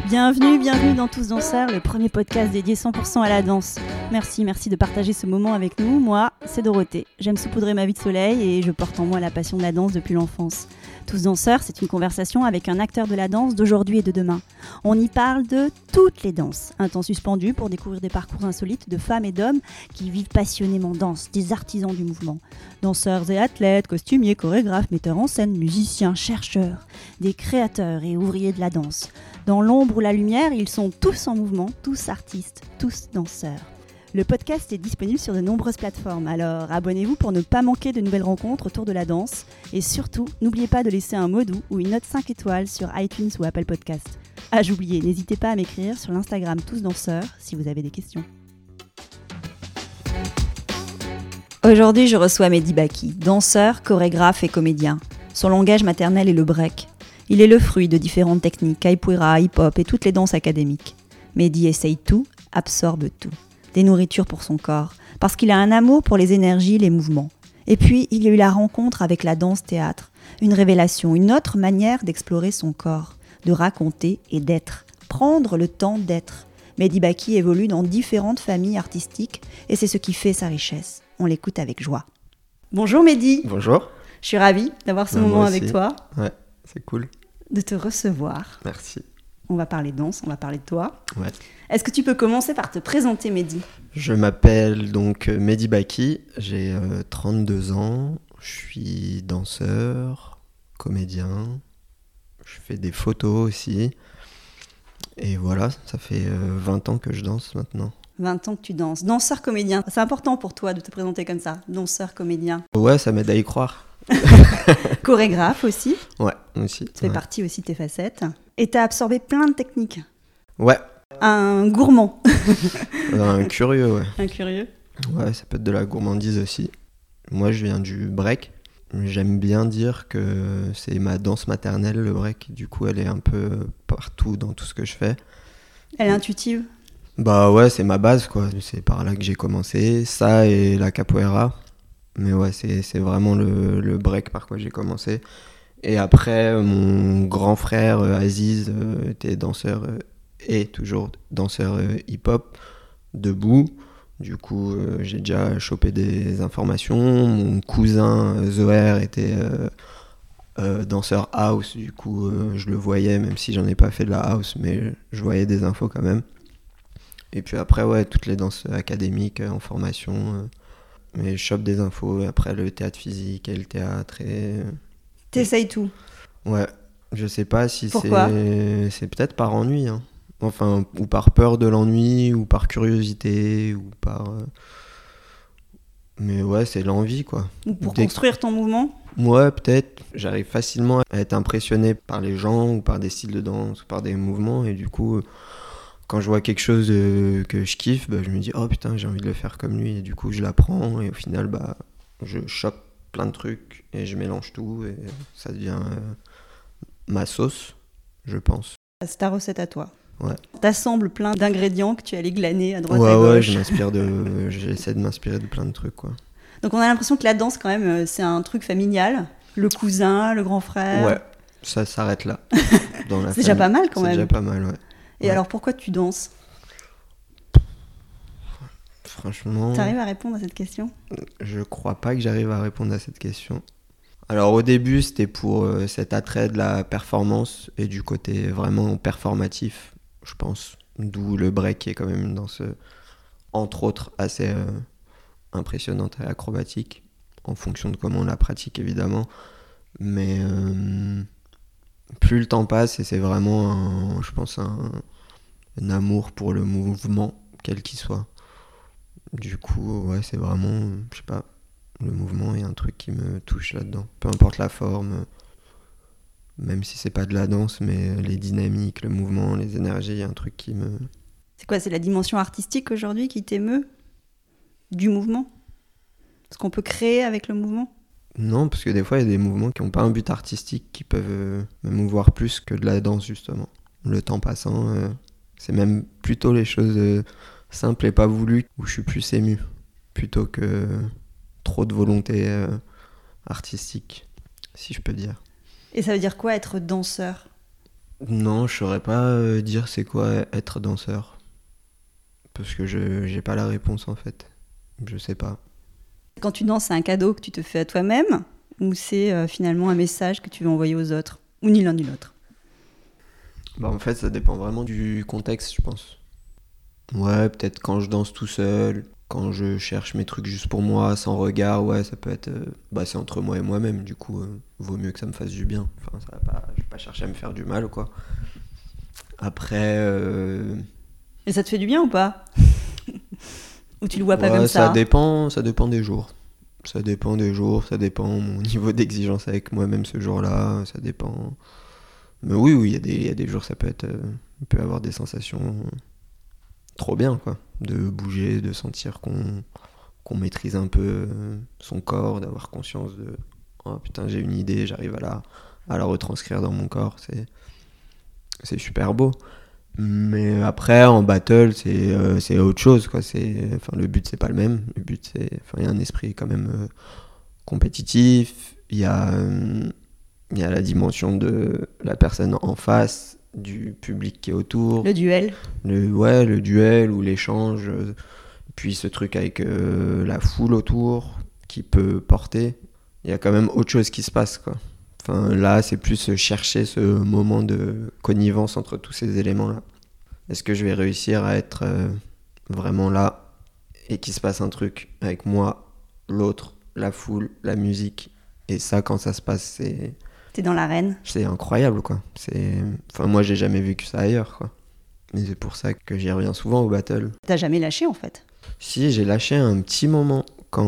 Bienvenue dans Tous Danseurs, le premier podcast dédié 100% à la danse. Merci de partager ce moment avec nous. Moi, c'est Dorothée. J'aime saupoudrer ma vie de soleil et je porte en moi la passion de la danse depuis l'enfance. Tous Danseurs, c'est une conversation avec un acteur de la danse d'aujourd'hui et de demain. On y parle de toutes les danses. Un temps suspendu pour découvrir des parcours insolites de femmes et d'hommes qui vivent passionnément danse, des artisans du mouvement. Danseurs et athlètes, costumiers, chorégraphes, metteurs en scène, musiciens, chercheurs, des créateurs et ouvriers de la danse. Dans l'ombre ou la lumière, ils sont tous en mouvement, tous artistes, tous danseurs. Le podcast est disponible sur de nombreuses plateformes, alors abonnez-vous pour ne pas manquer de nouvelles rencontres autour de la danse. Et surtout, n'oubliez pas de laisser un mot doux ou une note 5 étoiles sur iTunes ou Apple Podcast. Ah, j'oubliais, n'hésitez pas à m'écrire sur l'Instagram Tous Danseurs si vous avez des questions. Aujourd'hui, je reçois Mehdi Baki, danseur, chorégraphe et comédien. Son langage maternel est le break. Il est le fruit de différentes techniques, capoeira, hip-hop et toutes les danses académiques. Mehdi essaye tout, absorbe tout. Des nourritures pour son corps, parce qu'il a un amour pour les énergies, les mouvements. Et puis, il y a eu la rencontre avec la danse-théâtre, une révélation, une autre manière d'explorer son corps, de raconter et d'être, prendre le temps d'être. Mehdi Baki évolue dans différentes familles artistiques et c'est ce qui fait sa richesse. On l'écoute avec joie. Bonjour Mehdi. Bonjour. Je suis ravie d'avoir ce moment avec toi. Ouais, c'est cool. De te recevoir. Merci. On va parler danse, on va parler de toi. Ouais. Est-ce que tu peux commencer par te présenter, Mehdi ? Je m'appelle donc Mehdi Baki, j'ai 32 ans, je suis danseur, comédien, je fais des photos aussi. Et voilà, ça fait 20 ans que je danse maintenant. 20 ans que tu danses. Danseur, comédien, c'est important pour toi de te présenter comme ça, danseur, comédien. Ouais, ça m'aide à y croire. Chorégraphe aussi. Ouais, aussi. Ça fait partie aussi de tes facettes. Et t'as absorbé plein de techniques. Ouais. Un gourmand. Un curieux, ouais. Un curieux. Ouais, ça peut être de la gourmandise aussi. Moi, je viens du break. J'aime bien dire que c'est ma danse maternelle, le break. Du coup, elle est un peu partout dans tout ce que je fais. Elle est intuitive ? Bah ouais, c'est ma base, quoi. C'est par là que j'ai commencé. Ça et la capoeira. Mais ouais, c'est vraiment le break par quoi j'ai commencé. Et après, mon grand frère Aziz était danseur et toujours danseur hip-hop debout. Du coup, j'ai déjà chopé des informations. Mon cousin Zoher était danseur house. Du coup, je le voyais, même si j'en ai pas fait de la house, mais je voyais des infos quand même. Et puis après, ouais, toutes les danses académiques en formation. Mais je chope des infos. Et après, le théâtre physique et le théâtre. T'essayes tout. Ouais, je sais pas si Pourquoi ? c'est peut-être par ennui, hein. Enfin, ou par peur de l'ennui, ou par curiosité, ou par... Mais ouais, c'est l'envie, quoi. Ou pour construire ton mouvement ? Ouais, peut-être. J'arrive facilement à être impressionné par les gens, ou par des styles de danse, ou par des mouvements, et du coup, quand je vois quelque chose que je kiffe, bah, je me dis « Oh putain, j'ai envie de le faire comme lui », et du coup, je l'apprends, et au final, bah, je chope plein de trucs, et je mélange tout, et ça devient ma sauce, je pense. C'est ta recette à toi. Ouais. T'assembles plein d'ingrédients que tu allais glaner à droite à gauche. Ouais, j'essaie de m'inspirer de plein de trucs, quoi. Donc on a l'impression que la danse, quand même, c'est un truc familial. Le cousin, le grand frère. Ouais, ça s'arrête là. Dans la c'est déjà pas mal, quand même. C'est déjà pas mal, ouais. Et ouais. alors, pourquoi tu danses ? Franchement... T'arrives à répondre à cette question ? Je crois pas que j'arrive à répondre à cette question. Alors au début, c'était pour cet attrait de la performance et du côté vraiment performatif, je pense. D'où le break qui est quand même une danse, entre autres, assez impressionnante et acrobatique, en fonction de comment on la pratique, évidemment. Mais plus le temps passe, et c'est vraiment, je pense, un amour pour le mouvement, quel qu'il soit. Du coup, ouais, c'est vraiment, je sais pas, le mouvement est un truc qui me touche là-dedans. Peu importe la forme, même si c'est pas de la danse, mais les dynamiques, le mouvement, les énergies, il y a un truc qui me... C'est quoi, c'est la dimension artistique aujourd'hui qui t'émeut ? Du mouvement ? Ce qu'on peut créer avec le mouvement ? Non, parce que des fois, il y a des mouvements qui n'ont pas un but artistique, qui peuvent m'émouvoir plus que de la danse, justement. Le temps passant, c'est même plutôt les choses simples et pas voulues où je suis plus ému, plutôt que trop de volonté artistique, si je peux dire. Et ça veut dire quoi, être danseur ? Non, je saurais pas dire c'est quoi être danseur. Parce que j'ai pas la réponse en fait. Je sais pas. Quand tu danses, c'est un cadeau que tu te fais à toi-même ou c'est finalement un message que tu veux envoyer aux autres? Ou ni l'un ni l'autre? Bah en fait, ça dépend vraiment du contexte, je pense. Ouais, peut-être quand je danse tout seul, quand je cherche mes trucs juste pour moi, sans regard, ouais, ça peut être... bah c'est entre moi et moi-même, du coup, vaut mieux que ça me fasse du bien. Enfin, ça va pas, je vais pas chercher à me faire du mal ou quoi. Après, Et ça te fait du bien ou pas? Ou tu le vois pas comme ouais, ça? ça dépend des jours. Ça dépend des jours, ça dépend mon niveau d'exigence avec moi-même ce jour-là, ça dépend... Mais oui, oui, il y a des jours, ça peut être... on peut avoir des sensations trop bien, quoi. De bouger, de sentir qu'on maîtrise un peu son corps, d'avoir conscience de oh putain j'ai une idée, j'arrive à la retranscrire dans mon corps, c'est super beau. Mais après en battle c'est autre chose quoi, enfin le but c'est pas le même, le but c'est enfin il y a un esprit quand même compétitif, il y a la dimension de la personne en face, du public qui est autour, Le duel? le duel ou l'échange. Puis ce truc avec la foule autour qui peut porter, il y a quand même autre chose qui se passe quoi. Enfin là c'est plus chercher ce moment de connivence entre tous ces éléments là. Est-ce que je vais réussir à être vraiment là et qu'il se passe un truc avec moi, l'autre, la foule, la musique, et ça quand ça se passe T'es dans l'arène? c'est incroyable quoi. Enfin moi j'ai jamais vécu ça ailleurs quoi. Mais c'est pour ça que j'y reviens souvent au battle. T'as jamais lâché en fait? Si, j'ai lâché un petit moment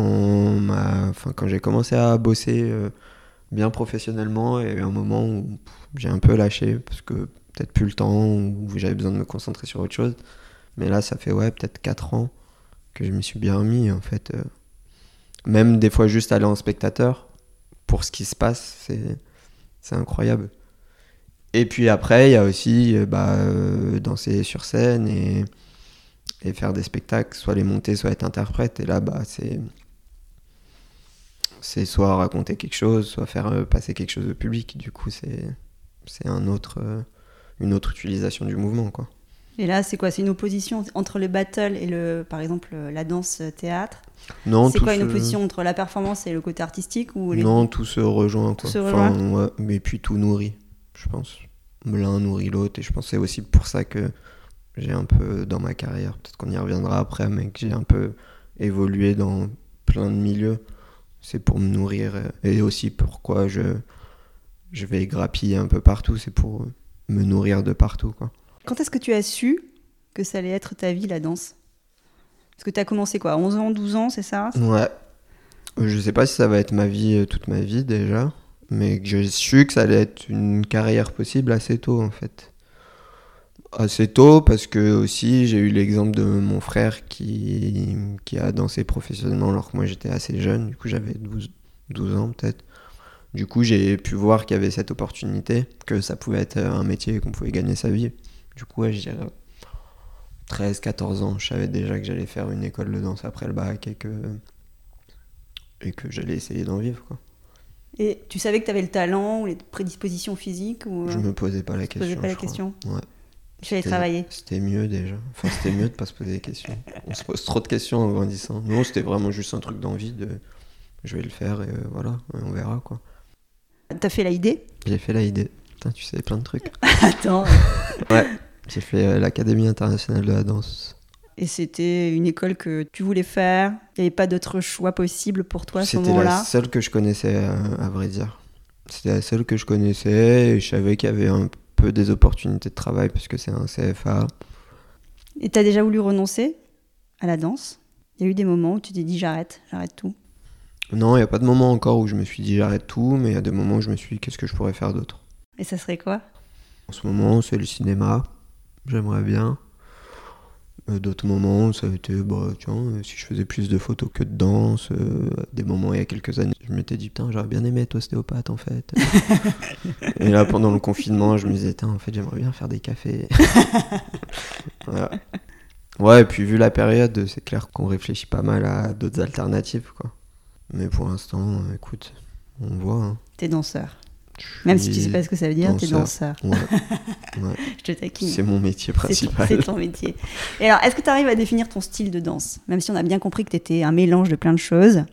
quand j'ai commencé à bosser bien professionnellement, et un moment où j'ai un peu lâché parce que peut-être plus le temps ou j'avais besoin de me concentrer sur autre chose. Mais là, ça fait ouais, peut-être 4 ans que je m'y suis bien remis en fait. Même des fois juste aller en spectateur pour ce qui se passe, c'est incroyable. Et puis après, il y a aussi danser sur scène et faire des spectacles, soit les monter, soit être interprète. Et là, bah, c'est soit raconter quelque chose, soit faire passer quelque chose au public. Du coup, c'est une autre utilisation du mouvement, quoi. Et là, c'est quoi? C'est une opposition entre le battle et par exemple, la danse théâtre? Non, c'est quoi une opposition entre la performance et le côté artistique ou non, tout se rejoint, tout quoi. se rejoint? Enfin, ouais, mais puis tout nourrit, je pense. L'un nourrit l'autre, et je pense que c'est aussi pour ça que j'ai un peu, dans ma carrière, peut-être qu'on y reviendra après, mais que j'ai un peu évolué dans plein de milieux. C'est pour me nourrir, et aussi pourquoi je vais grappiller un peu partout, c'est pour me nourrir de partout, quoi. Quand est-ce que tu as su que ça allait être ta vie, la danse? Parce que tu as commencé quoi, 11 ans, 12 ans, c'est ça? Ouais. Je sais pas si ça va être ma vie, toute ma vie déjà, mais que j'ai su que ça allait être une carrière possible assez tôt, en fait. Assez tôt parce que aussi j'ai eu l'exemple de mon frère qui a dansé professionnellement alors que moi j'étais assez jeune, du coup j'avais 12 ans peut-être. Du coup j'ai pu voir qu'il y avait cette opportunité, que ça pouvait être un métier, qu'on pouvait gagner sa vie. Du coup ouais, je dirais 13-14 ans, je savais déjà que j'allais faire une école de danse après le bac et que j'allais essayer d'en vivre, quoi. Et tu savais que tu avais le talent ou les prédispositions physiques ou... Je me posais pas la question. posais pas la question? Ouais. Tu allais travailler? C'était mieux déjà. Enfin, c'était mieux de pas se poser des questions. On se pose trop de questions en grandissant. Non, c'était vraiment juste un truc d'envie de je vais le faire et voilà, et on verra quoi. T'as fait la idée? J'ai fait la idée. Putain, tu sais plein de trucs. Attends. Ouais, j'ai fait l'Académie internationale de la danse. Et c'était une école que tu voulais faire? Il n'y avait pas d'autre choix possible pour toi à ce C'était moment-là? la seule que je connaissais, à vrai dire. C'était la seule que je connaissais et je savais qu'il y avait un peu des opportunités de travail parce que c'est un CFA. Et t'as déjà voulu renoncer à la danse? Il y a eu des moments où tu t'es dit j'arrête tout? Non, il n'y a pas de moment encore où je me suis dit j'arrête tout, mais il y a des moments où je me suis dit qu'est-ce que je pourrais faire d'autre. Et ça serait quoi? En ce moment, c'est le cinéma. J'aimerais bien. D'autres moments, ça a été, bah tiens, si je faisais plus de photos que de danse. Des moments il y a quelques années, je m'étais dit, putain, j'aurais bien aimé être ostéopathe en fait. Et là, pendant le confinement, je me disais, en fait, j'aimerais bien faire des cafés. Voilà. Ouais, et puis vu la période, c'est clair qu'on réfléchit pas mal à d'autres alternatives, quoi. Mais pour l'instant, écoute, on voit. Hein. T'es danseur. Même si tu sais pas ce que ça veut dire, t'es danseur. Ouais. Je te taquine. C'est mon métier principal. C'est ton métier. Et alors, est-ce que tu arrives à définir ton style de danse? Même si on a bien compris que t'étais un mélange de plein de choses.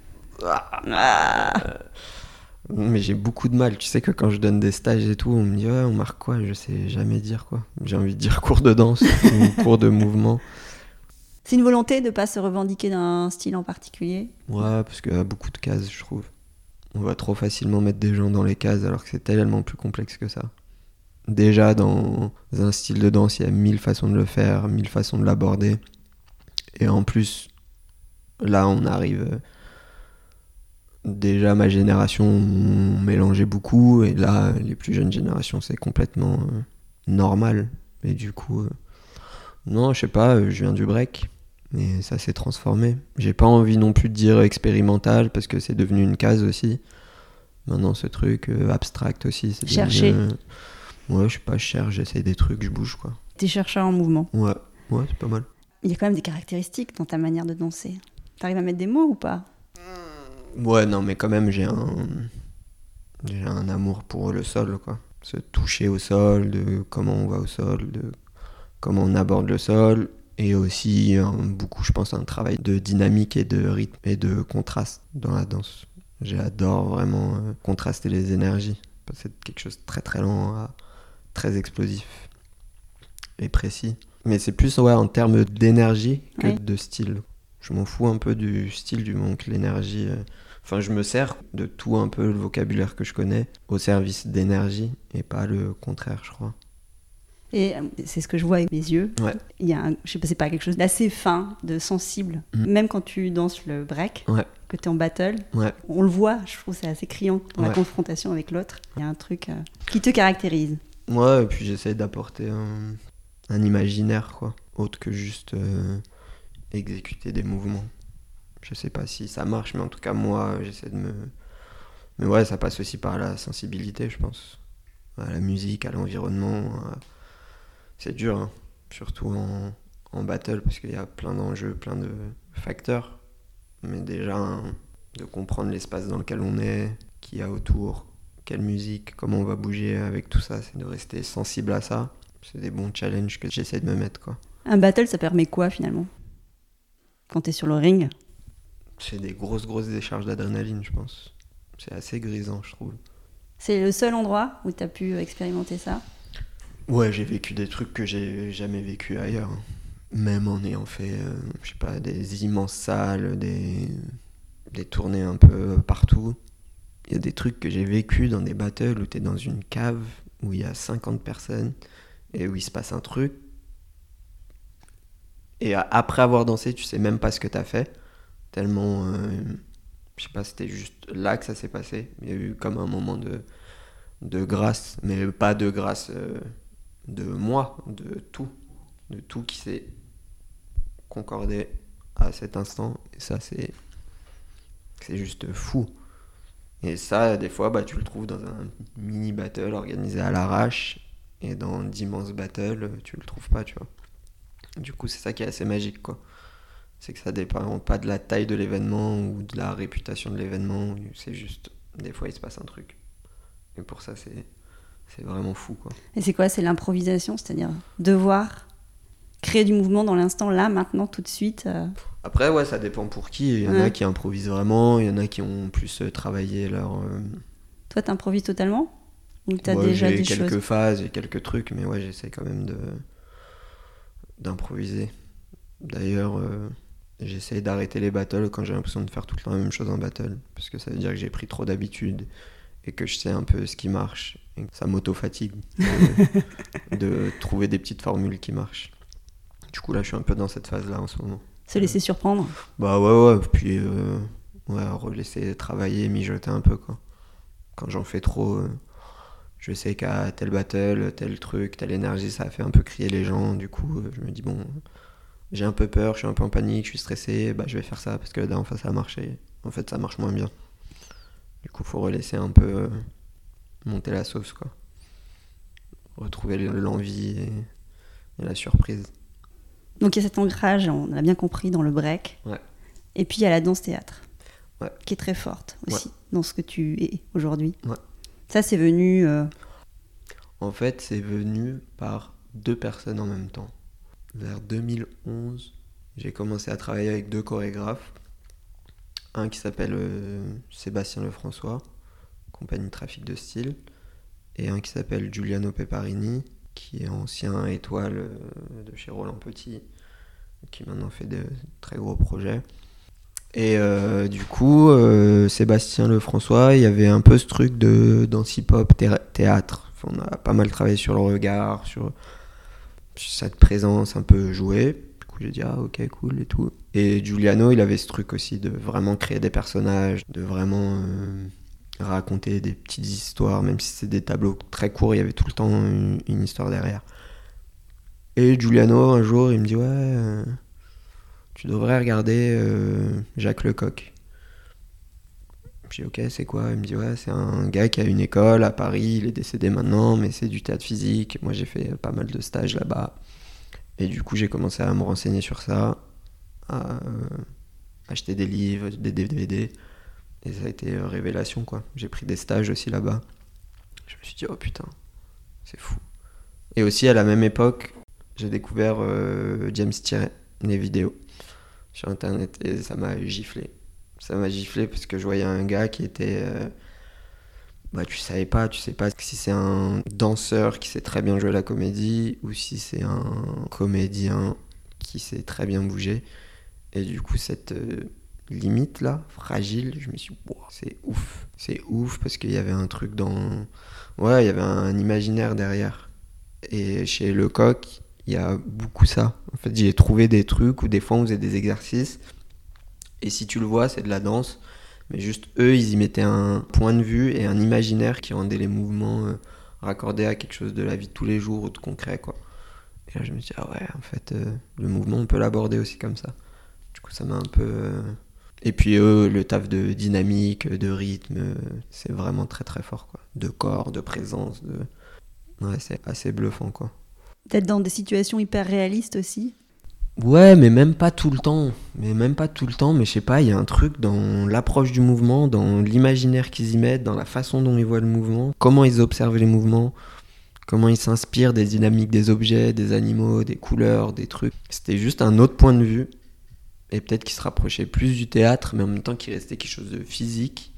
Mais j'ai beaucoup de mal. Tu sais que quand je donne des stages et tout, on me dit ouais, on marque quoi? Je sais jamais dire quoi. J'ai envie de dire cours de danse ou cours de mouvement. C'est une volonté de pas se revendiquer d'un style en particulier? Ouais, parce qu'il y a beaucoup de cases, je trouve. On va trop facilement mettre des gens dans les cases alors que c'est tellement plus complexe que ça. Déjà, dans un style de danse, il y a 1000 façons de le faire, 1000 façons de l'aborder. Et en plus, là, on arrive... Déjà, ma génération, on mélangeait beaucoup. Et là, les plus jeunes générations, c'est complètement normal. Et du coup... non, je sais pas, je viens du break. Mais ça s'est transformé. J'ai pas envie non plus de dire expérimental parce que c'est devenu une case aussi. Maintenant, ce truc abstract aussi. C'est chercher. Ouais, je sais pas, je cherche, j'essaie des trucs, je bouge quoi. T'es chercheur en mouvement. Ouais, c'est pas mal. Il y a quand même des caractéristiques dans ta manière de danser. T'arrives à mettre des mots ou pas? Ouais, non, mais quand même, j'ai un amour pour le sol quoi. Se toucher au sol, de comment on va au sol, de comment on aborde le sol. Et aussi, beaucoup, je pense, un travail de dynamique et de rythme et de contraste dans la danse. J'adore vraiment contraster les énergies. C'est quelque chose de très très lent à très explosif et précis. Mais c'est plus en termes d'énergie que de style. Je m'en fous un peu du style du moment que l'énergie... Enfin, je me sers de tout un peu le vocabulaire que je connais au service d'énergie et pas le contraire, je crois. Et c'est ce que je vois avec mes yeux. Ouais. Il y a, je sais pas, c'est pas quelque chose d'assez fin, de sensible. Même quand tu danses le break, que tu es en battle, on le voit, je trouve que c'est assez criant dans la confrontation avec l'autre. Il y a un truc qui te caractérise. Ouais, et puis j'essaie d'apporter un imaginaire, quoi. Autre que juste exécuter des mouvements. Je sais pas si ça marche, mais en tout cas, moi, j'essaie de me... Mais ouais, ça passe aussi par la sensibilité, je pense. À la musique, à l'environnement... C'est dur, hein. Surtout en battle, parce qu'il y a plein d'enjeux, plein de facteurs. Mais déjà, de comprendre l'espace dans lequel on est, qui y a autour, quelle musique, comment on va bouger avec tout ça, c'est de rester sensible à ça. C'est des bons challenges que j'essaie de me mettre, quoi. Un battle, ça permet quoi, finalement? Quand t'es sur le ring? C'est des grosses décharges d'adrénaline, je pense. C'est assez grisant, je trouve. C'est le seul endroit où t'as pu expérimenter ça? Ouais, j'ai vécu des trucs que j'ai jamais vécu ailleurs. Même en ayant fait, je sais pas, des immenses salles, des tournées un peu partout. Il y a des trucs que j'ai vécu dans des battles où t'es dans une cave, où il y a 50 personnes, et où il se passe un truc. Et après avoir dansé, tu sais même pas ce que t'as fait. Tellement, je sais pas, c'était juste là que ça s'est passé. Il y a eu comme un moment de grâce, mais pas de grâce... de moi, de tout qui s'est concordé à cet instant. Et ça, c'est juste fou. Et ça, des fois, tu le trouves dans un mini battle organisé à l'arrache, et dans d'immenses battles, tu le trouves pas, tu vois. Du coup, c'est ça qui est assez magique, quoi. C'est que ça dépend pas de la taille de l'événement ou de la réputation de l'événement. C'est juste, des fois, il se passe un truc. Et pour ça, c'est vraiment fou, quoi. Et c'est quoi? C'est l'improvisation, c'est-à-dire devoir créer du mouvement dans l'instant, là, maintenant, tout de suite Après, ouais, ça dépend pour qui. Il y en a qui improvisent vraiment, il y en a qui ont plus travaillé leur... Toi, t'improvises totalement? Ou t'as déjà des choses? J'ai quelques phases, j'ai quelques trucs, mais ouais, j'essaie quand même d'improviser. D'ailleurs, j'essaie d'arrêter les battles quand j'ai l'impression de faire tout le temps la même chose en battle, parce que ça veut dire que j'ai pris trop d'habitude et que je sais un peu ce qui marche. Et ça m'auto-fatigue de trouver des petites formules qui marchent. Du coup, là, je suis un peu dans cette phase-là en ce moment. Se laisser surprendre? Bah ouais, puis relaisser travailler, mijoter un peu, quoi. Quand j'en fais trop, je sais qu'à tel battle, tel truc, telle énergie, ça a fait un peu crier les gens. Du coup, je me dis, bon, j'ai un peu peur, je suis un peu en panique, je suis stressé, je vais faire ça parce que là, en face, ça a marché. En fait, ça marche moins bien. Du coup, faut relaisser un peu monter la sauce, quoi. Retrouver l'envie et la surprise. Donc il y a cet ancrage, on l'a bien compris, dans le break. Ouais. Et puis il y a la danse-théâtre, qui est très forte aussi dans ce que tu es aujourd'hui. Ouais. Ça, c'est venu... En fait, c'est venu par 2 personnes en même temps. Vers 2011, j'ai commencé à travailler avec 2 chorégraphes. Un qui s'appelle Sébastien Lefrançois, compagnie Trafic de Style, et un qui s'appelle Giuliano Peparini, qui est ancien étoile de chez Roland Petit, qui maintenant fait de très gros projets. Et du coup, Sébastien Lefrançois, il y avait un peu ce truc de danse hip-hop, théâtre. Enfin, on a pas mal travaillé sur le regard, sur cette présence un peu jouée. Du coup, j'ai dit, ah ok, cool et tout. Et Giuliano, il avait ce truc aussi de vraiment créer des personnages, de vraiment raconter des petites histoires, même si c'est des tableaux très courts, il y avait tout le temps une histoire derrière. Et Giuliano, un jour, il me dit, ouais, tu devrais regarder Jacques Lecoq. Je dis, ok, c'est quoi? Il me dit, ouais, c'est un gars qui a une école à Paris, il est décédé maintenant, mais c'est du théâtre physique. Moi, j'ai fait pas mal de stages là-bas. Et du coup, j'ai commencé à me renseigner sur ça, à acheter des livres, des DVD. Et ça a été révélation, quoi. J'ai pris des stages aussi là-bas. Je me suis dit, oh putain, c'est fou. Et aussi, à la même époque, j'ai découvert James Thierry, les vidéos, sur Internet. Et ça m'a giflé. Ça m'a giflé parce que je voyais un gars qui était... tu sais pas si c'est un danseur qui sait très bien jouer la comédie ou si c'est un comédien qui sait très bien bouger. Et du coup, cette limite là, fragile, je me suis dit, wow, c'est ouf. C'est ouf parce qu'il y avait un truc dans... Ouais, il y avait un imaginaire derrière. Et chez Lecoq, il y a beaucoup ça. En fait, j'ai trouvé des trucs où des fois on faisait des exercices. Et si tu le vois, c'est de la danse. Mais juste eux, ils y mettaient un point de vue et un imaginaire qui rendait les mouvements raccordés à quelque chose de la vie de tous les jours ou de concret, quoi. Et là, je me suis dit, ah ouais, en fait, le mouvement, on peut l'aborder aussi comme ça. Du coup, ça m'a un peu... Et puis eux, le taf de dynamique, de rythme, c'est vraiment très très fort, quoi. De corps, de présence, de... Ouais, c'est assez bluffant, quoi. Peut-être dans des situations hyper réalistes aussi. Ouais, mais même pas tout le temps. Mais je sais pas, il y a un truc dans l'approche du mouvement, dans l'imaginaire qu'ils y mettent, dans la façon dont ils voient le mouvement, comment ils observent les mouvements, comment ils s'inspirent des dynamiques des objets, des animaux, des couleurs, des trucs. C'était juste un autre point de vue, et peut-être qui se rapprochait plus du théâtre, mais en même temps qui restait quelque chose de physique.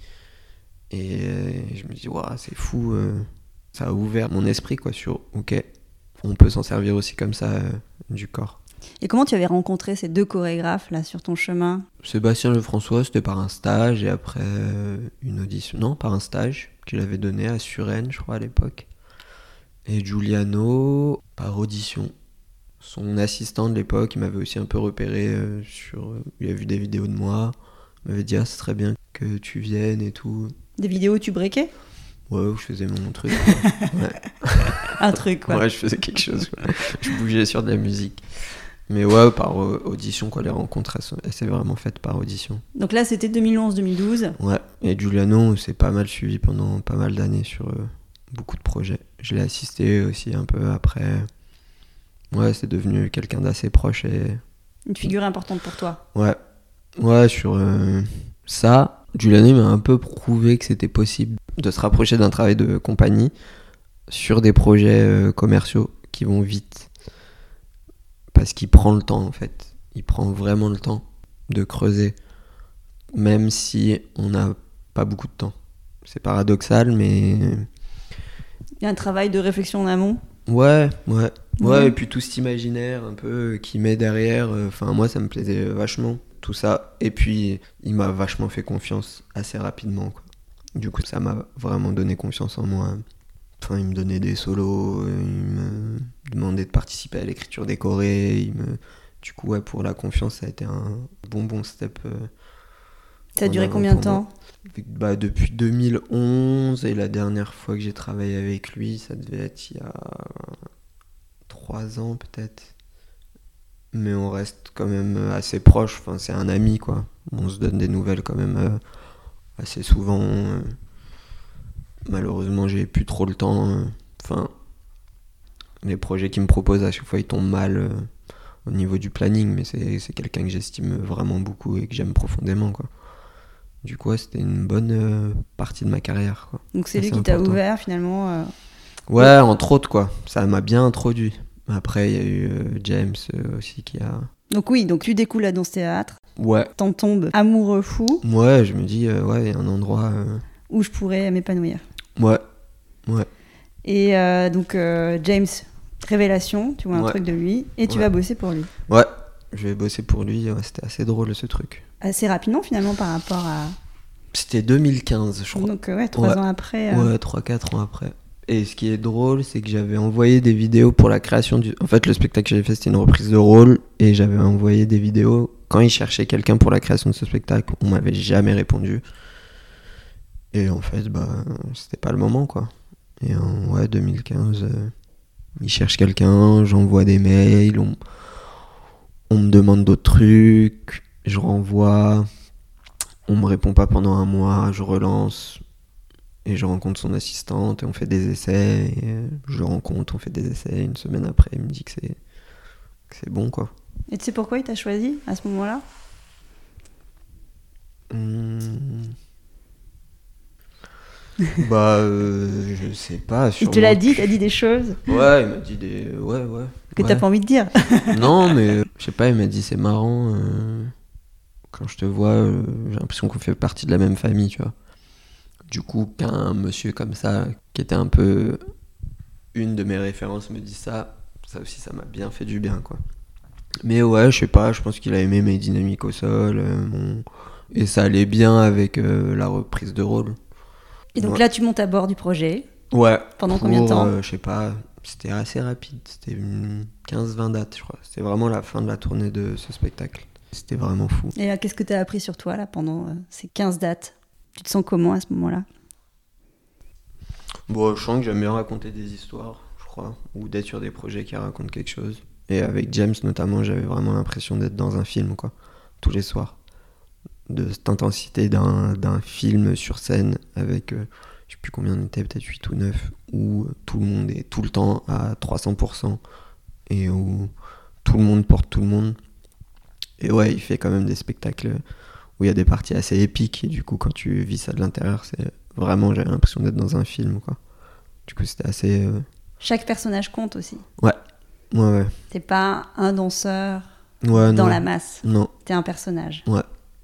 Et je me dis, waouh, c'est fou. Ça a ouvert mon esprit, quoi, sur, ok, on peut s'en servir aussi comme ça du corps. Et comment tu avais rencontré ces 2 chorégraphes là sur ton chemin? Sébastien Lefrançois, c'était par un stage et après une audition. Non, par un stage qu'il avait donné à Suresnes, je crois, à l'époque. Et Giuliano, par audition. Son assistant de l'époque, il m'avait aussi un peu repéré il a vu des vidéos de moi. Il m'avait dit, ah, c'est très bien que tu viennes et tout. Des vidéos où tu breakais? Ouais, où je faisais mon truc. Ouais. Un truc, quoi. Ouais, je faisais quelque chose. Quoi. Je bougeais sur de la musique. Mais ouais, par audition, quoi, les rencontres, elles s'est vraiment faites par audition. Donc là, c'était 2011-2012. Ouais, et Giuliano, c'est pas mal suivi pendant pas mal d'années sur beaucoup de projets. Je l'ai assisté aussi un peu après. Ouais, c'est devenu quelqu'un d'assez proche et... Une figure importante pour toi. Ouais, sur ça, Giuliano m'a un peu prouvé que c'était possible de se rapprocher d'un travail de compagnie sur des projets commerciaux qui vont vite. Parce qu'il prend le temps, en fait. Il prend vraiment le temps de creuser, même si on n'a pas beaucoup de temps. C'est paradoxal, mais... Il y a un travail de réflexion en amont. Ouais, et puis tout cet imaginaire un peu qui met derrière, moi ça me plaisait vachement, tout ça. Et puis il m'a vachement fait confiance assez rapidement, quoi. Du coup ça m'a vraiment donné confiance en moi. Enfin, il me donnait des solos, il me demandait de participer à l'écriture décorée. Du coup, ouais, pour la confiance, ça a été un bon step. Ça a duré combien de temps ? Depuis 2011, et la dernière fois que j'ai travaillé avec lui, ça devait être il y a 3 ans peut-être. Mais on reste quand même assez proche, enfin, c'est un ami, quoi. On se donne des nouvelles quand même assez souvent. Malheureusement, j'ai plus trop le temps. Les projets qu'il me propose à chaque fois, ils tombent mal au niveau du planning, mais c'est quelqu'un que j'estime vraiment beaucoup et que j'aime profondément, quoi. Du coup, c'était une bonne partie de ma carrière, quoi. Donc c'est Ça, lui c'est qui t'a important. ouvert finalement. Ouais, entre autres, quoi. Ça m'a bien introduit. Après, il y a eu James aussi qui a... Donc oui, donc tu découvres la danse-théâtre, Ouais. t'en tombes amoureux fou, Ouais, je me dis, ouais, il y a un endroit... où je pourrais m'épanouir. Ouais. Et donc James, révélation, tu vois un Ouais. truc de lui, et tu Ouais. vas bosser pour lui. Ouais, je vais bosser pour lui. Ouais, c'était assez drôle, ce truc. Assez rapidement finalement par rapport à... C'était 2015, je crois. Donc ouais, 3 Ouais. ans après... Ouais, 3-4 ans après. Et ce qui est drôle, c'est que j'avais envoyé des vidéos pour la création du... En fait, le spectacle que j'avais fait, c'était une reprise de rôle. Et j'avais envoyé des vidéos. Quand ils cherchaient quelqu'un pour la création de ce spectacle, on m'avait jamais répondu. Et en fait, c'était pas le moment, quoi. Et en 2015, ils cherchent quelqu'un, j'envoie des mails, on me demande d'autres trucs, je renvoie, on me répond pas pendant un mois, je relance. Et je rencontre son assistante et on fait des essais. Et je le rencontre, on fait des essais. Une semaine après, il me dit que c'est bon, quoi. Et tu sais pourquoi il t'a choisi à ce moment-là ? Je sais pas. Il te l'a dit, t'as dit des choses Ouais, il m'a dit des... Ouais. que t'as pas envie de dire. Non, mais je sais pas, il m'a dit c'est marrant. Quand je te vois, j'ai l'impression qu'on fait partie de la même famille, tu vois. Du coup, qu'un monsieur comme ça, qui était un peu une de mes références, me dit ça aussi, ça m'a bien fait du bien, quoi. Mais ouais, je sais pas, je pense qu'il a aimé mes dynamiques au sol, et ça allait bien avec la reprise de rôle. Et donc Ouais. là, tu montes à bord du projet. Ouais. Pendant combien de temps ? Je sais pas, c'était assez rapide, c'était une 15-20 dates, je crois. C'était vraiment la fin de la tournée de ce spectacle. C'était vraiment fou. Et là, qu'est-ce que t'as appris sur toi là pendant ces 15 dates ? Tu te sens comment à ce moment-là ? Bon, je sens que j'aime bien raconter des histoires, je crois, ou d'être sur des projets qui racontent quelque chose. Et avec James notamment, j'avais vraiment l'impression d'être dans un film, quoi, tous les soirs. De cette intensité d'un film sur scène avec, je sais plus combien on était, peut-être 8 ou 9, où tout le monde est tout le temps à 300%, et où tout le monde porte tout le monde. Et ouais, il fait quand même des spectacles où il y a des parties assez épiques, et du coup, quand tu vis ça de l'intérieur, c'est vraiment, j'avais l'impression d'être dans un film, quoi. Du coup, c'était assez... Chaque personnage compte aussi. Ouais. T'es pas un danseur Ouais, dans non. la masse. Non. T'es un personnage. Ouais.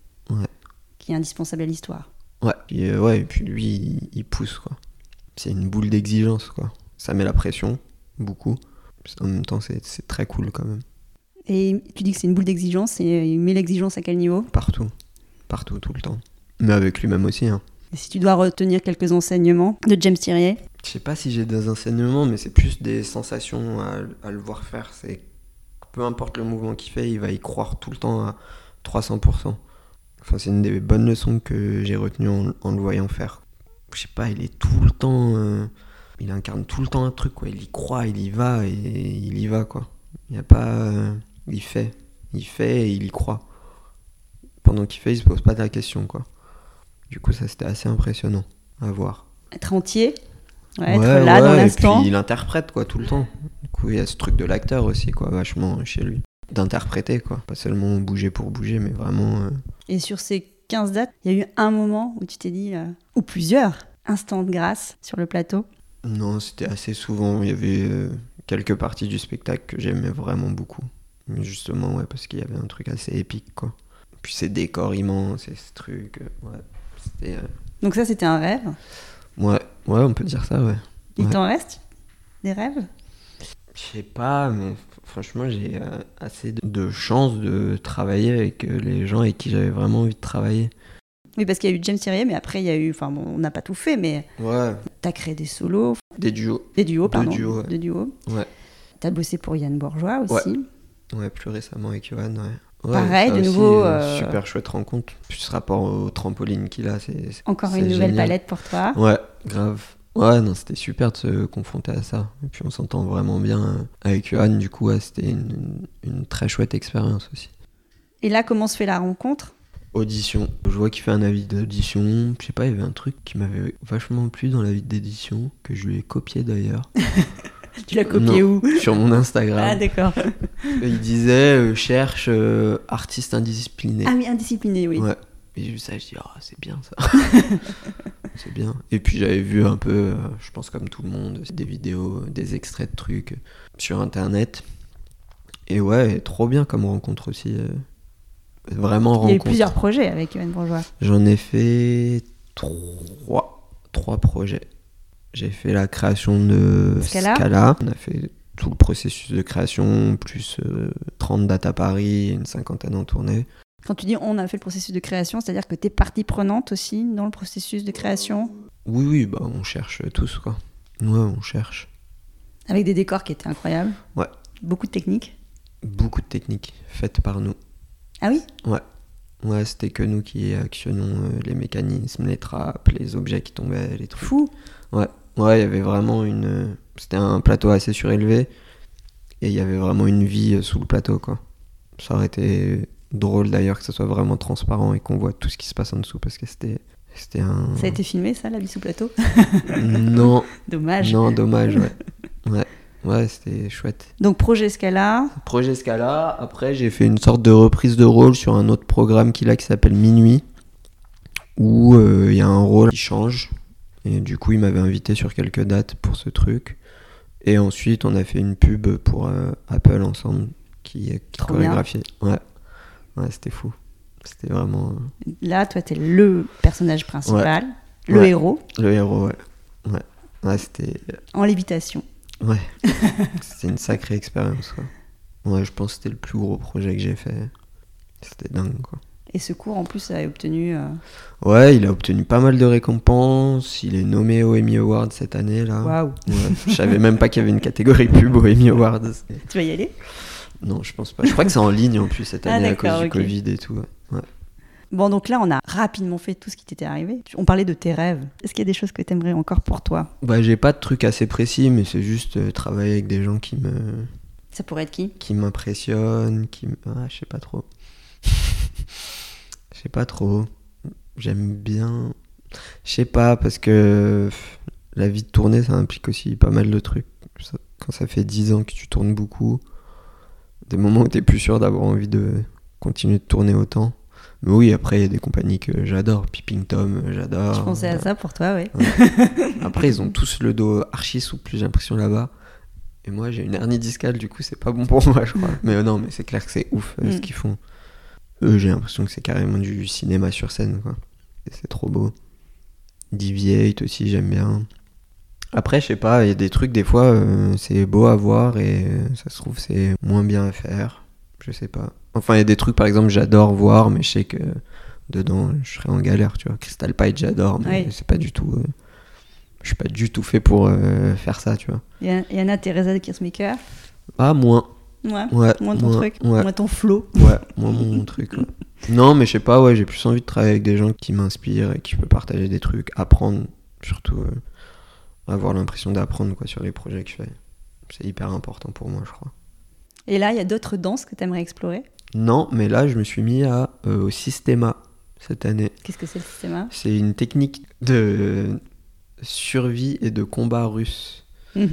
Qui est indispensable à l'histoire. Ouais. Et puis lui, il pousse, quoi. C'est une boule d'exigence, quoi. Ça met la pression, beaucoup. En même temps, c'est très cool, quand même. Et tu dis que c'est une boule d'exigence, et il met l'exigence à quel niveau ? Partout, tout le temps. Mais avec lui-même aussi, hein. Et si tu dois retenir quelques enseignements de James Thiriet ? Je sais pas si j'ai des enseignements, mais c'est plus des sensations à le voir faire. C'est que peu importe le mouvement qu'il fait, il va y croire tout le temps à 300%. Enfin, c'est une des bonnes leçons que j'ai retenues en le voyant faire. Je sais pas, il est tout le temps... il incarne tout le temps un truc, quoi. Il y croit, il y va, et il y va, quoi. Il n'y a pas... il fait et il y croit. Pendant qu'il fait, il se pose pas de la question, quoi. Du coup, ça, c'était assez impressionnant à voir. Être entier, être là dans l'instant. Et puis il interprète, quoi, tout le temps. Du coup, il y a ce truc de l'acteur aussi, quoi, vachement chez lui. D'interpréter, quoi. Pas seulement bouger pour bouger, mais vraiment... Et sur ces 15 dates, il y a eu un moment où tu t'es dit, ou plusieurs instants de grâce sur le plateau ? Non, c'était assez souvent. Il y avait quelques parties du spectacle que j'aimais vraiment beaucoup. Mais justement, ouais, parce qu'il y avait un truc assez épique, quoi. Puis ces décors immenses et ce truc, ouais. C'était... Donc ça, c'était un rêve ? Ouais, on peut dire ça, ouais. Il Ouais. t'en reste des rêves ? Je sais pas, mais franchement, j'ai assez de chance de travailler avec les gens avec qui j'avais vraiment envie de travailler. Oui, parce qu'il y a eu James Thiriet, mais après, il y a eu... Enfin, bon, on n'a pas tout fait, mais Ouais, t'as créé des solos, des duos. des duos, pardon. duos, ouais. Des duos. Ouais. T'as bossé pour Yann Bourgeois aussi. Ouais, plus récemment avec Johan, ouais. Ouais, Pareil, ça de aussi, nouveau, super chouette rencontre. Puis ce rapport au trampoline qu'il a, c'est Encore c'est une nouvelle génial. palette pour toi. Ouais, grave. Ouais, non, c'était super de se confronter à ça. Et puis on s'entend vraiment bien avec Johan, du coup, ouais, c'était une très chouette expérience aussi. Et là, comment se fait la rencontre ? Audition. Je vois qu'il fait un avis d'audition. Je sais pas, il y avait un truc qui m'avait vachement plu dans l'avis d'édition, que je lui ai copié d'ailleurs. Tu l'as copié où ? Sur mon Instagram. Ah, d'accord. Il disait cherche artiste indiscipliné. Ah oui, indiscipliné, oui. Ouais. Et j'ai vu ça, je dis, c'est bien ça. C'est bien. Et puis j'avais vu un peu, je pense comme tout le monde, des vidéos, des extraits de trucs sur internet. Et ouais, trop bien comme rencontre aussi. Vraiment rencontre. Il y a eu plusieurs projets avec Yoann Bourgeois. J'en ai fait trois projets. J'ai fait la création de Scala. On a fait tout le processus de création, plus 30 dates à Paris et une cinquantaine en tournée. Quand tu dis on a fait le processus de création, c'est-à-dire que tu es partie prenante aussi dans le processus de création? Oui, bah on cherche tous, quoi. Ouais, on cherche. Avec des décors qui étaient incroyables. Ouais. Beaucoup de techniques. Beaucoup de techniques faites par nous. Ah oui? Ouais, c'était que nous qui actionnons les mécanismes, les trappes, les objets qui tombaient, les trucs. Fou. Ouais, il y avait vraiment c'était un plateau assez surélevé et il y avait vraiment une vie sous le plateau, quoi. Ça aurait été drôle d'ailleurs que ça soit vraiment transparent et qu'on voit tout ce qui se passe en dessous parce que c'était un... Ça a été filmé, ça, la vie sous plateau? Non. Dommage. Non, dommage, ouais. Ouais, c'était chouette. Donc projet Scala. Après j'ai fait une sorte de reprise de rôle sur un autre programme qui s'appelle Minuit, où il y a un rôle qui change. Et du coup, il m'avait invité sur quelques dates pour ce truc. Et ensuite, on a fait une pub pour Apple ensemble, qui chorégraphiait. Ouais, c'était fou. C'était vraiment... Là, toi, t'es le personnage principal, le héros. Le héros, ouais, c'était... En lévitation. Ouais, c'était une sacrée expérience, quoi. Ouais, je pense que c'était le plus gros projet que j'ai fait. C'était dingue, quoi. Et ce cours, en plus, a obtenu... Ouais, il a obtenu pas mal de récompenses. Il est nommé aux Emmy Awards cette année, là. Waouh. Ouais, je savais même pas qu'il y avait une catégorie pub aux Emmy Awards. Tu vas y aller? Non, je pense pas. Je crois que c'est en ligne, en plus, cette année, à cause du Covid et tout. Ouais. Bon, donc là, on a rapidement fait tout ce qui t'était arrivé. On parlait de tes rêves. Est-ce qu'il y a des choses que t'aimerais encore pour toi? Bah, j'ai pas de truc assez précis, mais c'est juste travailler avec des gens qui me... Ça pourrait être qui? Qui m'impressionnent, je sais pas trop. Je sais pas trop. J'aime bien... Je sais pas, parce que la vie de tournée, ça implique aussi pas mal de trucs. Quand ça fait 10 ans que tu tournes beaucoup, des moments où t'es plus sûr d'avoir envie de continuer de tourner autant. Mais oui, après, il y a des compagnies que j'adore. Peeping Tom, j'adore. Je pensais à ça pour toi, ouais. Après, ils ont tous le dos archi souple, j'ai l'impression, là-bas. Et moi, j'ai une hernie discale, du coup, c'est pas bon pour moi, je crois. Mais non, mais c'est clair que c'est ouf ce qu'ils font. Eux, j'ai l'impression que c'est carrément du cinéma sur scène, quoi. Et c'est trop beau. Deviate aussi, j'aime bien. Après, je sais pas, il y a des trucs, des fois, c'est beau à voir et ça se trouve, c'est moins bien à faire. Je sais pas. Enfin, il y a des trucs, par exemple, j'adore voir, mais je sais que dedans, je serais en galère, tu vois. Crystal Pite, j'adore, mais c'est pas du tout... je suis pas du tout fait pour faire ça, tu vois. Yana Teresa de Kirsmaker? Ah, moins. Ouais, moins ton truc, moins ton flow. Ouais, moins mon truc, ouais. Non, mais je sais pas, j'ai plus envie de travailler avec des gens qui m'inspirent et qui peuvent partager des trucs, apprendre, surtout avoir l'impression d'apprendre, quoi, sur les projets que je fais. C'est hyper important pour moi, je crois. Et là, il y a d'autres danses que tu aimerais explorer? Non, mais là, je me suis mis au Systema cette année. Qu'est-ce que c'est le Systema? C'est une technique de survie et de combat russe.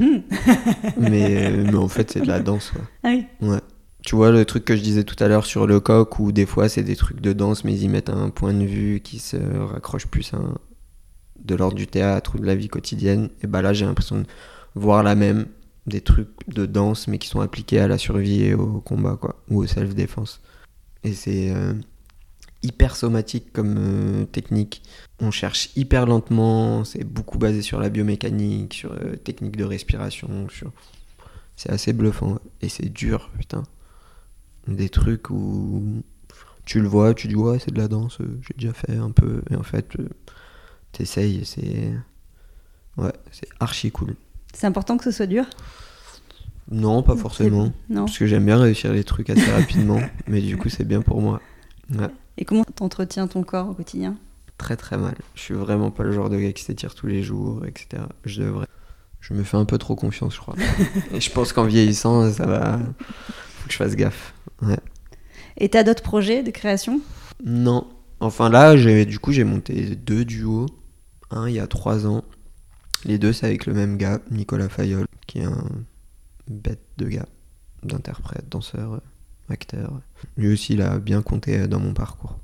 mais en fait, c'est de la danse, quoi. Ah oui. Ouais. Tu vois le truc que je disais tout à l'heure sur le coq, où des fois, c'est des trucs de danse, mais ils y mettent un point de vue qui se raccroche plus de l'ordre du théâtre ou de la vie quotidienne. Et bah là, j'ai l'impression de voir des trucs de danse, mais qui sont appliqués à la survie et au combat, quoi, ou au self-défense. Et c'est hyper somatique comme technique. On cherche hyper lentement, c'est beaucoup basé sur la biomécanique, sur technique de respiration, c'est assez bluffant. Ouais. Et c'est dur, putain. Des trucs où tu le vois, tu dis ouais, c'est de la danse, j'ai déjà fait un peu, et en fait, t'essayes, c'est archi cool. C'est important que ce soit dur? Non, pas forcément. Non. Parce que j'aime bien réussir les trucs assez rapidement, mais du coup, c'est bien pour moi. Ouais. Et comment t'entretiens ton corps au quotidien? Très très mal. Je suis vraiment pas le genre de gars qui s'étire tous les jours, etc. Je devrais. Je me fais un peu trop confiance, je crois. Et je pense qu'en vieillissant, ça va... Faut que je fasse gaffe. Ouais. Et t'as d'autres projets de création? Non. Enfin là, j'ai monté 2 duos. Un il y a 3 ans. Les 2, c'est avec le même gars, Nicolas Fayol, qui est un bête de gars, d'interprète, danseur, acteur. Lui aussi, il a bien compté dans mon parcours.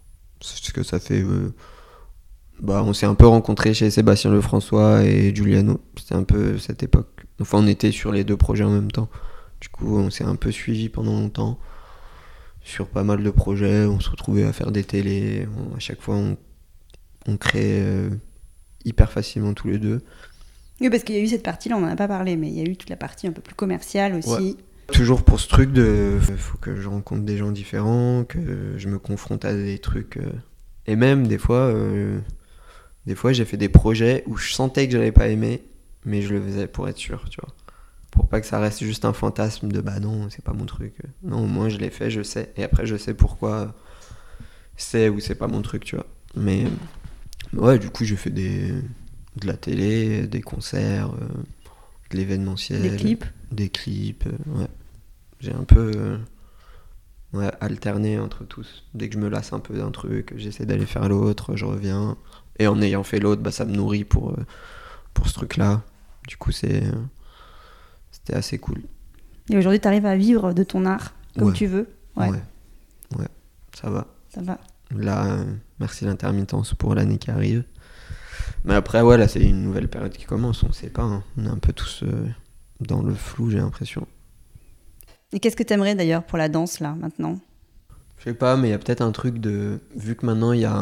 C'est ce que ça fait. On s'est un peu rencontrés chez Sébastien Lefrançois et Giuliano. C'était un peu cette époque. Enfin, on était sur les 2 projets en même temps. Du coup, on s'est un peu suivis pendant longtemps sur pas mal de projets. On se retrouvait à faire des télés. À chaque fois, on créait hyper facilement tous les 2. Oui, parce qu'il y a eu cette partie-là, on n'en a pas parlé, mais il y a eu toute la partie un peu plus commerciale aussi. Ouais. Toujours pour ce truc de... faut que je rencontre des gens différents, que je me confronte à des trucs... Et même, des fois, j'ai fait des projets où je sentais que j'allais pas aimer, mais je le faisais pour être sûr, tu vois. Pour pas que ça reste juste un fantasme de bah non, c'est pas mon truc. Non, au moins je l'ai fait, je sais. Et après, je sais pourquoi c'est ou c'est pas mon truc, tu vois. Mais ouais, du coup, j'ai fait de la télé, des concerts, de l'événementiel. Des clips, ouais. J'ai un peu alterné entre tous. Dès que je me lasse un peu d'un truc, j'essaie d'aller faire l'autre, je reviens. Et en ayant fait l'autre, ça me nourrit pour ce truc-là. Du coup, c'était assez cool. Et aujourd'hui, tu arrives à vivre de ton art comme tu veux. Ouais, ça va. Ça va. Là, merci l'intermittence pour l'année qui arrive. Mais après, là, c'est une nouvelle période qui commence. On sait pas. Hein. On est un peu tous dans le flou, j'ai l'impression. Et qu'est-ce que t'aimerais d'ailleurs pour la danse, là, maintenant ? Je sais pas, mais il y a peut-être un truc de... Vu que maintenant, il y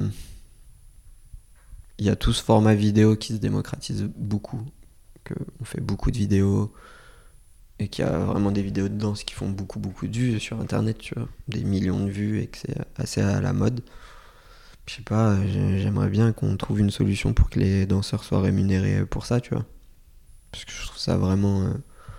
a tout ce format vidéo qui se démocratise beaucoup. On fait beaucoup de vidéos. Et qu'il y a vraiment des vidéos de danse qui font beaucoup, beaucoup de vues sur Internet, tu vois. Des millions de vues et que c'est assez à la mode. Je sais pas, j'aimerais bien qu'on trouve une solution pour que les danseurs soient rémunérés pour ça, tu vois. Parce que je trouve ça vraiment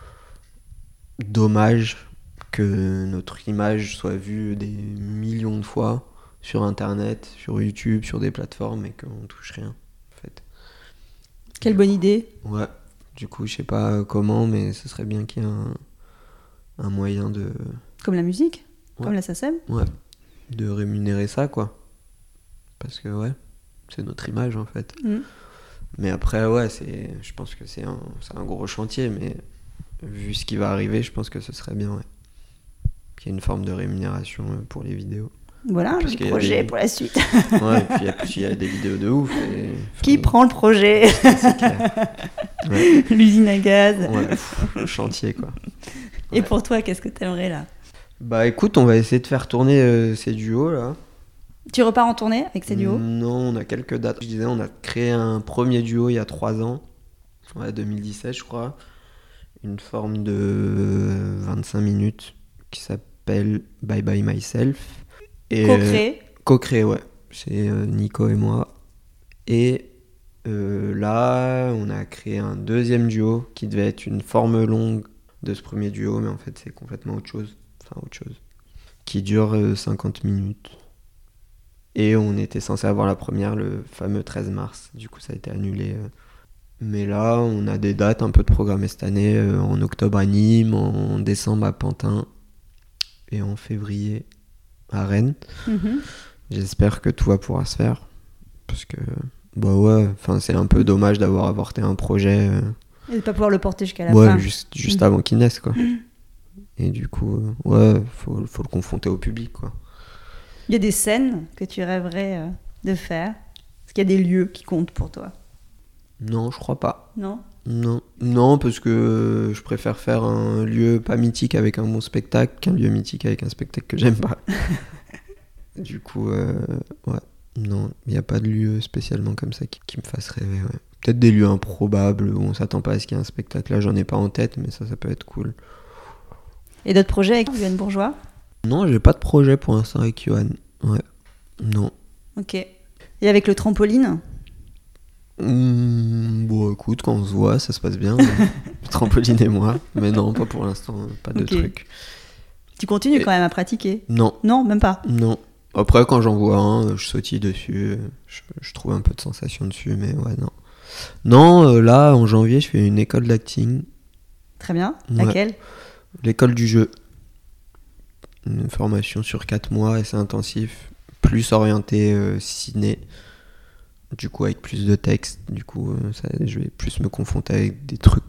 dommage que notre image soit vue des millions de fois sur Internet, sur YouTube, sur des plateformes et qu'on touche rien, en fait. Quelle bonne idée. Ouais. Du coup, je sais pas comment, mais ce serait bien qu'il y ait un moyen de... Comme la musique ? Comme la SACEM ? Ouais. De rémunérer ça, quoi. Parce que, c'est notre image, en fait. Mais après, je pense que c'est un gros chantier, mais vu ce qui va arriver, je pense que ce serait bien, qu'il y ait une forme de rémunération pour les vidéos. Voilà, le projet pour la suite. Ouais, et puis il y a des vidéos de ouf. Qui prend le projet ? C'est clair. Ouais. L'usine à gaz. Ouais, le chantier, quoi. Et pour toi, qu'est-ce que t'aimerais, là ? Bah écoute, on va essayer de faire tourner ces duos, là. Tu repars en tournée avec ces duos ? Non, on a quelques dates. Je disais, on a créé un premier duo il y a 3 ans. 2017, je crois. Une forme de 25 minutes qui s'appelle Bye Bye Myself. Et co-créé, ouais. C'est Nico et moi. Et là, on a créé un deuxième duo qui devait être une forme longue de ce premier duo, mais en fait, c'est complètement autre chose. Qui dure 50 minutes. Et on était censé avoir la première le fameux 13 mars. Du coup, ça a été annulé. Mais là, on a des dates un peu de programmées cette année. En octobre à Nîmes, en décembre à Pantin et en février à Rennes. J'espère que tout va pouvoir se faire. Parce que, c'est un peu dommage d'avoir avorté un projet. Et de pas pouvoir le porter jusqu'à la fin. Juste avant qu'il naisse, quoi. Et du coup, faut le confronter au public, quoi. Il y a des scènes que tu rêverais de faire ? Est-ce qu'il y a des lieux qui comptent pour toi ? Non, je crois pas. Non, parce que je préfère faire un lieu pas mythique avec un bon spectacle qu'un lieu mythique avec un spectacle que j'aime pas. Du coup, non, il n'y a pas de lieu spécialement comme ça qui me fasse rêver. Ouais. Peut-être des lieux improbables où on s'attend pas à ce qu'il y ait un spectacle. Là, j'en ai pas en tête, mais ça peut être cool. Et d'autres projets avec Yoann Bourgeois ? Non, j'ai pas de projet pour l'instant avec Yoann. Ouais, non. Ok. Et avec le trampoline ? Bon, écoute, quand on se voit, ça se passe bien. Le trampoline et moi. Mais non, pas pour l'instant, pas de truc. Tu continues quand même à pratiquer ? Non. Non, même pas ? Non. Après, quand j'en vois un, je sautille dessus. Je trouve un peu de sensation dessus, mais non. Non, là, en janvier, je fais une école d'acting. Très bien. Ouais. Laquelle ? L'école du jeu. Une formation sur 4 mois, et c'est intensif. Plus orienté ciné. Du coup, avec plus de texte. Du coup, je vais plus me confronter avec des trucs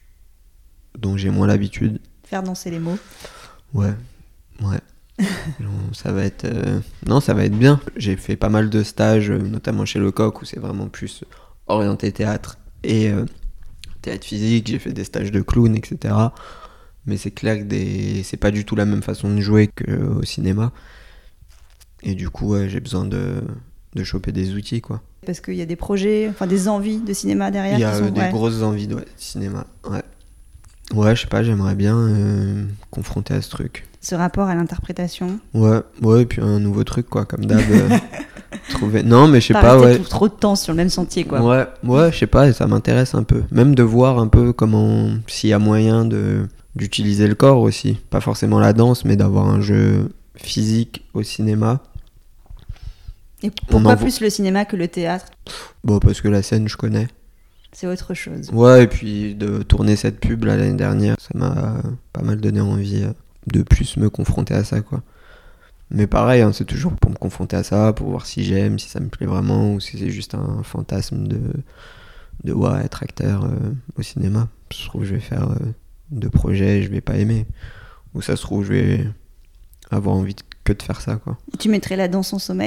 dont j'ai moins l'habitude. Faire danser les mots. Ouais. On ça va être bien. J'ai fait pas mal de stages, notamment chez Lecoq, où c'est vraiment plus orienté théâtre et théâtre physique. J'ai fait des stages de clown, etc. Mais c'est clair que c'est pas du tout la même façon de jouer qu'au cinéma. Et du coup, ouais, j'ai besoin de choper des outils, quoi. Parce qu'il y a des projets, enfin des envies de cinéma derrière. Il y a des grosses envies de cinéma, ouais. Ouais, je sais pas, j'aimerais bien confronter à ce truc. Ce rapport à l'interprétation. Ouais, et puis un nouveau truc, quoi, comme d'hab. Trouver... Non, mais je sais pas, ouais. Trop de temps sur le même sentier, quoi. Ouais, je sais pas, et ça m'intéresse un peu. Même de voir un peu s'il y a moyen d'utiliser le corps aussi. Pas forcément la danse, mais d'avoir un jeu physique au cinéma. Et pourquoi plus le cinéma que le théâtre ? Bon, parce que la scène, je connais. C'est autre chose. Ouais, et puis de tourner cette pub là, l'année dernière, ça m'a pas mal donné envie de plus me confronter à ça, quoi. Mais pareil, hein, c'est toujours pour me confronter à ça, pour voir si j'aime, si ça me plaît vraiment, ou si c'est juste un fantasme de ouais, être acteur au cinéma. Ça se trouve, je vais faire 2 projets, je vais pas aimer. Ou ça se trouve, je vais avoir envie que de faire ça, quoi. Et tu mettrais la danse en sommeil ?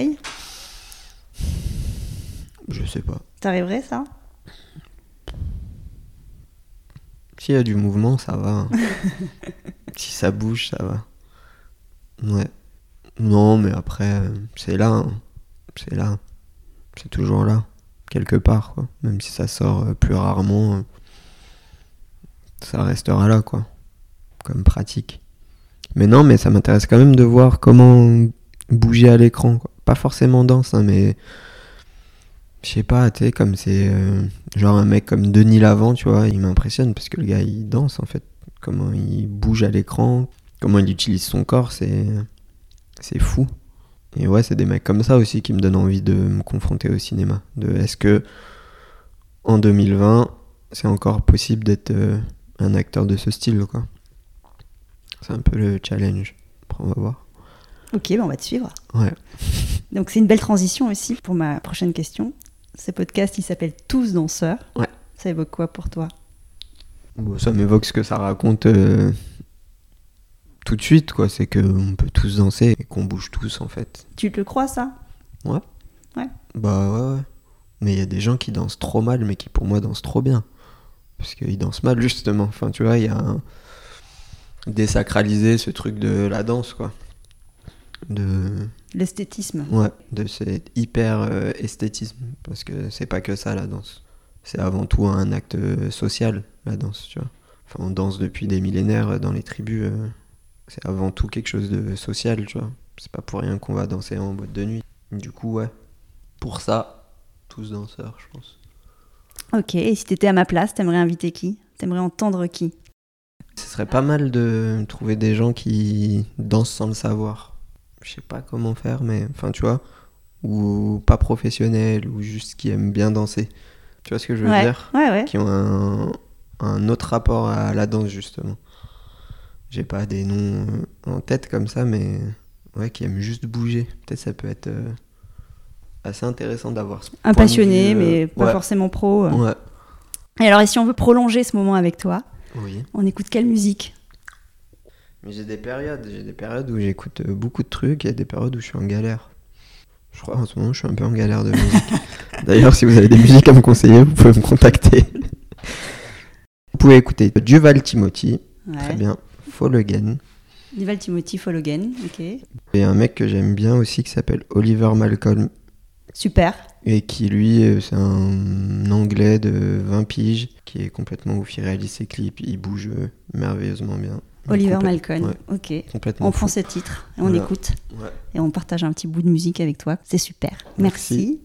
Je sais pas. T'arriverais, ça ? S'il y a du mouvement, ça va. Hein. Si ça bouge, ça va. Ouais. Non, mais après, c'est là. Hein. C'est là. C'est toujours là. Quelque part, quoi. Même si ça sort plus rarement, ça restera là, quoi. Comme pratique. Mais non, mais ça m'intéresse quand même de voir comment bouger à l'écran, quoi. Pas forcément danse, hein, mais... Je sais pas, tu sais, comme c'est... genre un mec comme Denis Lavant, tu vois, il m'impressionne parce que le gars, il danse, en fait. Comment il bouge à l'écran, comment il utilise son corps, c'est fou. Et ouais, c'est des mecs comme ça aussi qui me donnent envie de me confronter au cinéma. Est-ce que, en 2020, c'est encore possible d'être un acteur de ce style, quoi. C'est un peu le challenge. Après, on va voir. Ok, on va te suivre. Ouais. Donc c'est une belle transition aussi pour ma prochaine question. Ce podcast, il s'appelle Tous danseurs. Ouais. Ça évoque quoi pour toi ? Bon, ça m'évoque ce que ça raconte tout de suite, quoi. C'est qu'on peut tous danser et qu'on bouge tous, en fait. Tu te le crois, ça ? Ouais. Ouais. Bah ouais. Mais il y a des gens qui dansent trop mal, mais qui pour moi dansent trop bien. Parce qu'ils dansent mal, justement. Enfin, tu vois, il y a désacraliser ce truc de la danse, quoi. L'esthétisme. Ouais, de cet hyper esthétisme, parce que c'est pas que ça, la danse. C'est avant tout un acte social, la danse, tu vois. Enfin, on danse depuis des millénaires dans les tribus, c'est avant tout quelque chose de social, tu vois. C'est pas pour rien qu'on va danser en boîte de nuit. Du coup, ouais, pour ça, tous danseurs, je pense. Ok, et si t'étais à ma place, t'aimerais inviter qui ? T'aimerais entendre qui ? Ce serait pas mal de trouver des gens qui dansent sans le savoir. Je sais pas comment faire, mais enfin, tu vois, ou pas professionnels, ou juste qui aiment bien danser. Tu vois ce que je veux dire ? Ouais. Qui ont un autre rapport à la danse, justement. J'ai pas des noms en tête comme ça, mais ouais, qui aiment juste bouger. Peut-être ça peut être assez intéressant d'avoir ce un passionné, vue, mais pas forcément pro. Ouais. Et alors, et si on veut prolonger ce moment avec toi, oui. On écoute quelle musique ? Mais j'ai des périodes où j'écoute beaucoup de trucs, il y a des périodes où je suis en galère. Je crois en ce moment je suis un peu en galère de musique. D'ailleurs, si vous avez des musiques à me conseiller, vous pouvez me contacter. Vous pouvez écouter Duval Timothy, très bien, Fall Again. Duval Timothy, Fall Again, ok. Et un mec que j'aime bien aussi qui s'appelle Oliver Malcolm. Super. Et qui lui, c'est un Anglais de 20 piges qui est complètement ouf, il réalise ses clips, il bouge merveilleusement bien. Oliver Malcolm, ouais, ok. Complètement on fou. prend ce titre et on écoute. Ouais. Et on partage un petit bout de musique avec toi. C'est super. Merci.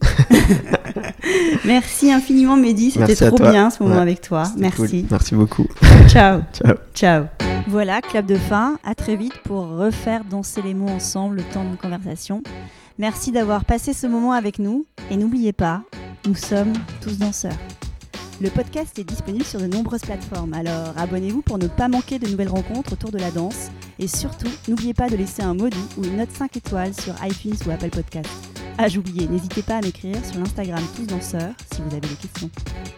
Merci infiniment, Mehdi. C'était trop bien ce moment avec toi. Merci. Cool. Merci beaucoup. Ciao. Ciao. Ciao. Voilà, clap de fin. À très vite pour refaire danser les mots ensemble le temps d'une conversation. Merci d'avoir passé ce moment avec nous. Et n'oubliez pas, nous sommes tous danseurs. Le podcast est disponible sur de nombreuses plateformes, alors abonnez-vous pour ne pas manquer de nouvelles rencontres autour de la danse. Et surtout, n'oubliez pas de laisser un mot doux ou une note 5 étoiles sur iTunes ou Apple Podcasts. Ah, j'oubliais, n'hésitez pas à m'écrire sur l'Instagram Tous Danseurs si vous avez des questions.